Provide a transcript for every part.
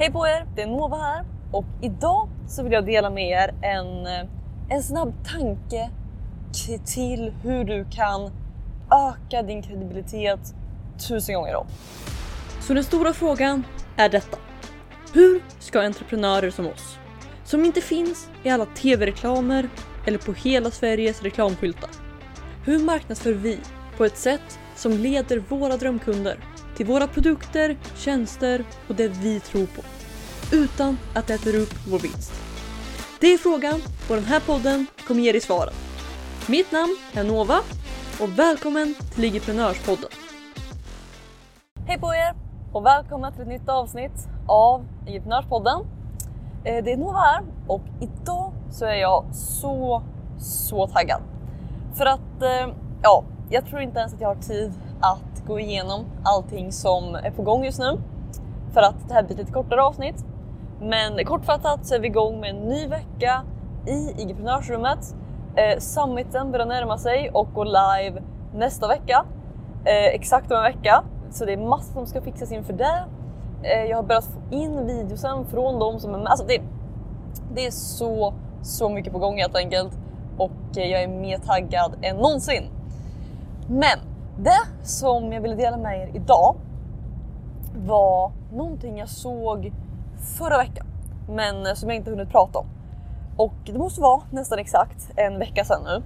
Hej på er, det är Nova här och idag så vill jag dela med er en snabb tanke till hur du kan öka din kredibilitet 1000 gånger om. Så den stora frågan är detta. Hur ska entreprenörer som oss, som inte finns i alla tv-reklamer eller på hela Sveriges reklamskyltar, hur marknadsför vi på ett sätt som leder våra drömkunder till våra produkter, tjänster och det vi tror på, utan att äta upp vår vinst? Det är frågan och den här podden kommer ge dig svaren. Mitt namn är Nova och välkommen till Ligiprenörspodden. Hej på er och välkomna till ett nytt avsnitt av Ligiprenörspodden. Det är Nova här och idag så är jag så taggad. För att jag tror inte ens att jag har tid att gå igenom allting som är på gång just nu. För att det här blir lite kortare avsnitt. Men kortfattat så är vi igång med en ny vecka i Ligiprenörsrummet. Summiten börjar närma sig och går live nästa vecka. Exakt om en vecka. Så det är massor som ska fixas inför det. Jag har börjat få in videosen från dem som är med. Alltså det är så mycket på gång helt enkelt. Och jag är mer taggad än någonsin. Men det som jag ville dela med er idag var någonting jag såg förra veckan, men som jag inte hunnit prata om. Och det måste vara nästan exakt en vecka sedan nu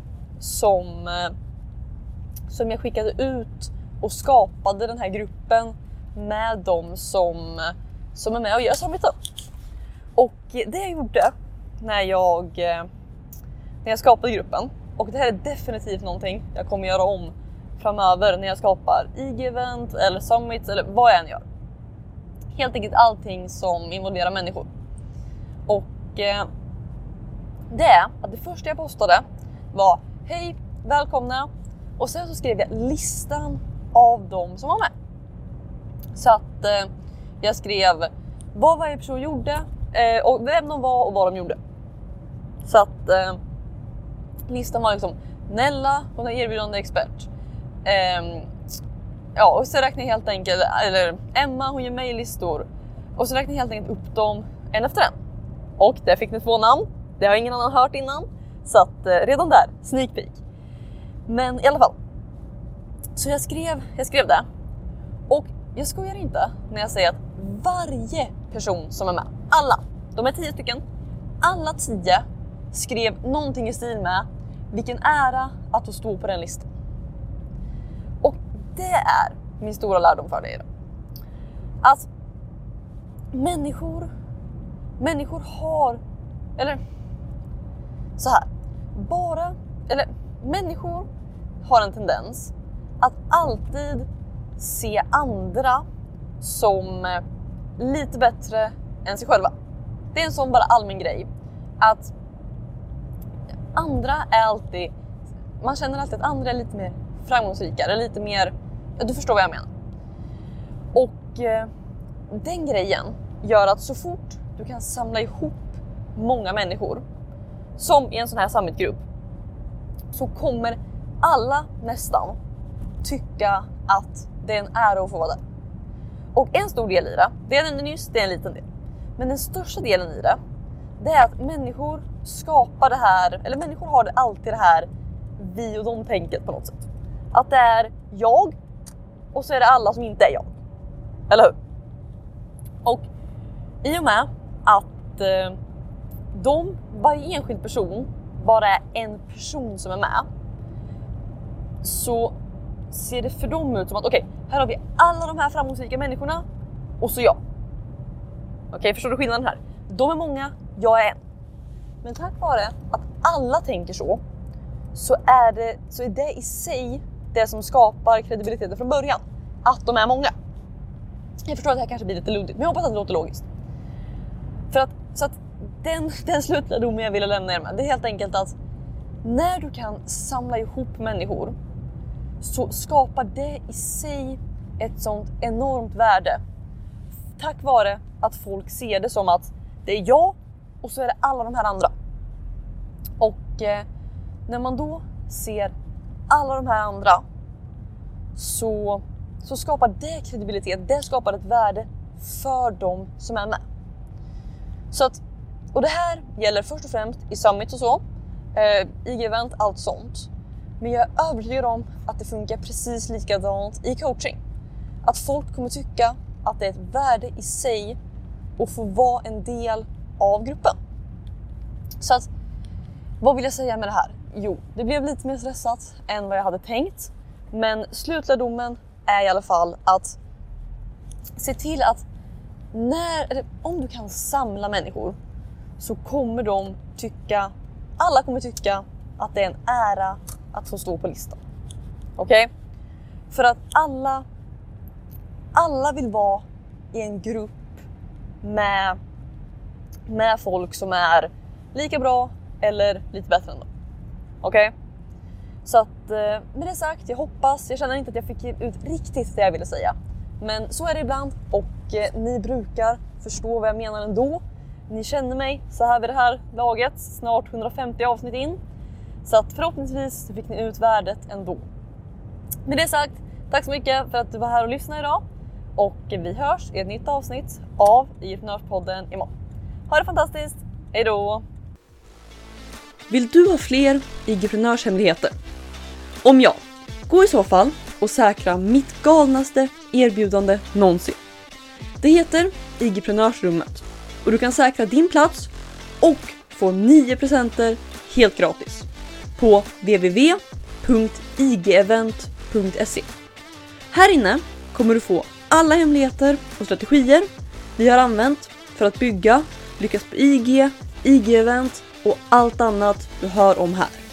som jag skickade ut och skapade den här gruppen med de som är med och gör summiten. Och det jag gjorde när jag skapade gruppen, och det här är definitivt någonting jag kommer göra om framöver när jag skapar IG-event eller summits eller vad jag än gör. Helt enkelt allting som involverar människor. Och det första jag postade var hej, välkomna. Och sen så skrev jag listan av de som var med. Så att jag skrev vad varje person gjorde och vem de var och vad de gjorde. Så att listan var liksom Nella, hon är erbjudande expert. Och så räknar jag helt enkelt, eller Emma, hon gör mejllistor. Och så räknar jag helt enkelt upp dem en efter en. Och där fick ni 2 namn. Det har ingen annan hört innan. Så att redan där, sneak peek. Men i alla fall. Så jag skrev det. Och jag skojar inte när jag säger att varje person som är med, alla, de är 10 stycken. Alla 10 skrev någonting i stil med vilken ära att få stå på den listan. Och det är min stora lärdom för dig idag. Att människor har, eller så här, människor har en tendens att alltid se andra som lite bättre än sig själva. Det är en sån bara allmän grej att andra är alltid, man känner alltid att andra är lite mer framgångsrikare, lite mer, du förstår vad jag menar. Och den grejen gör att så fort du kan samla ihop många människor som i en sån här summitgrupp, så kommer alla nästan tycka att det är en ära att få vara där. Och en stor del i det är nyss, det är en liten del. Men den största delen i det är att människor skapar det här, eller människor har alltid det här vi och de tänket på något sätt. Att det är jag och så är det alla som inte är jag. Eller hur? Och i och med att varje enskild person bara är en person som är med, så ser det för dem ut som att okej, här har vi alla de här framgångsrika människorna och så jag. Okej, förstår du skillnaden här? De är många, jag är en. Men tack vare att alla tänker så är det i sig det som skapar kredibiliteten från början. Att de är många. Jag förstår att det här kanske blir lite luddigt, men jag hoppas att det låter logiskt. Så att den slutdomen jag ville lämna er med, det är helt enkelt att när du kan samla ihop människor, så skapar det i sig ett sånt enormt värde. Tack vare att folk ser det som att det är jag och så är det alla de här andra. Och när man då ser alla de här andra, så skapar det kredibilitet. Det skapar ett värde för dem som är med. Så att, och det här gäller först och främst i summit och så, IG-event, allt sånt. Men jag är övertygad om att det funkar precis likadant i coaching. Att folk kommer tycka att det är ett värde i sig att få vara en del av gruppen. Så att, vad vill jag säga med det här? Jo, det blev lite mer stressat än vad jag hade tänkt. Men slutlärdomen är i alla fall att se till att om du kan samla människor så kommer alla kommer tycka att det är en ära att få stå på listan. Okej? För att alla vill vara i en grupp med folk som är lika bra eller lite bättre än dem. Okej? Så att med det sagt, jag känner inte att jag fick ut riktigt det jag ville säga. Men så är det ibland och ni brukar förstå vad jag menar ändå. Ni känner mig så här vid det här laget, snart 150 avsnitt in. Så att förhoppningsvis fick ni ut värdet ändå. Med det sagt, tack så mycket för att du var här och lyssnade idag. Och vi hörs i ett nytt avsnitt av IG-prenörspodden imorgon. Ha det fantastiskt, hej då! Vill du ha fler IG-prenörshemligheter? Om ja, gå i så fall och säkra mitt galnaste erbjudande någonsin. Det heter IG-prenörsrummet och du kan säkra din plats och få 9 presenter helt gratis på www.igevent.se. Här inne kommer du få alla hemligheter och strategier vi har använt för att lyckas på IG, IG-event och allt annat du hör om här.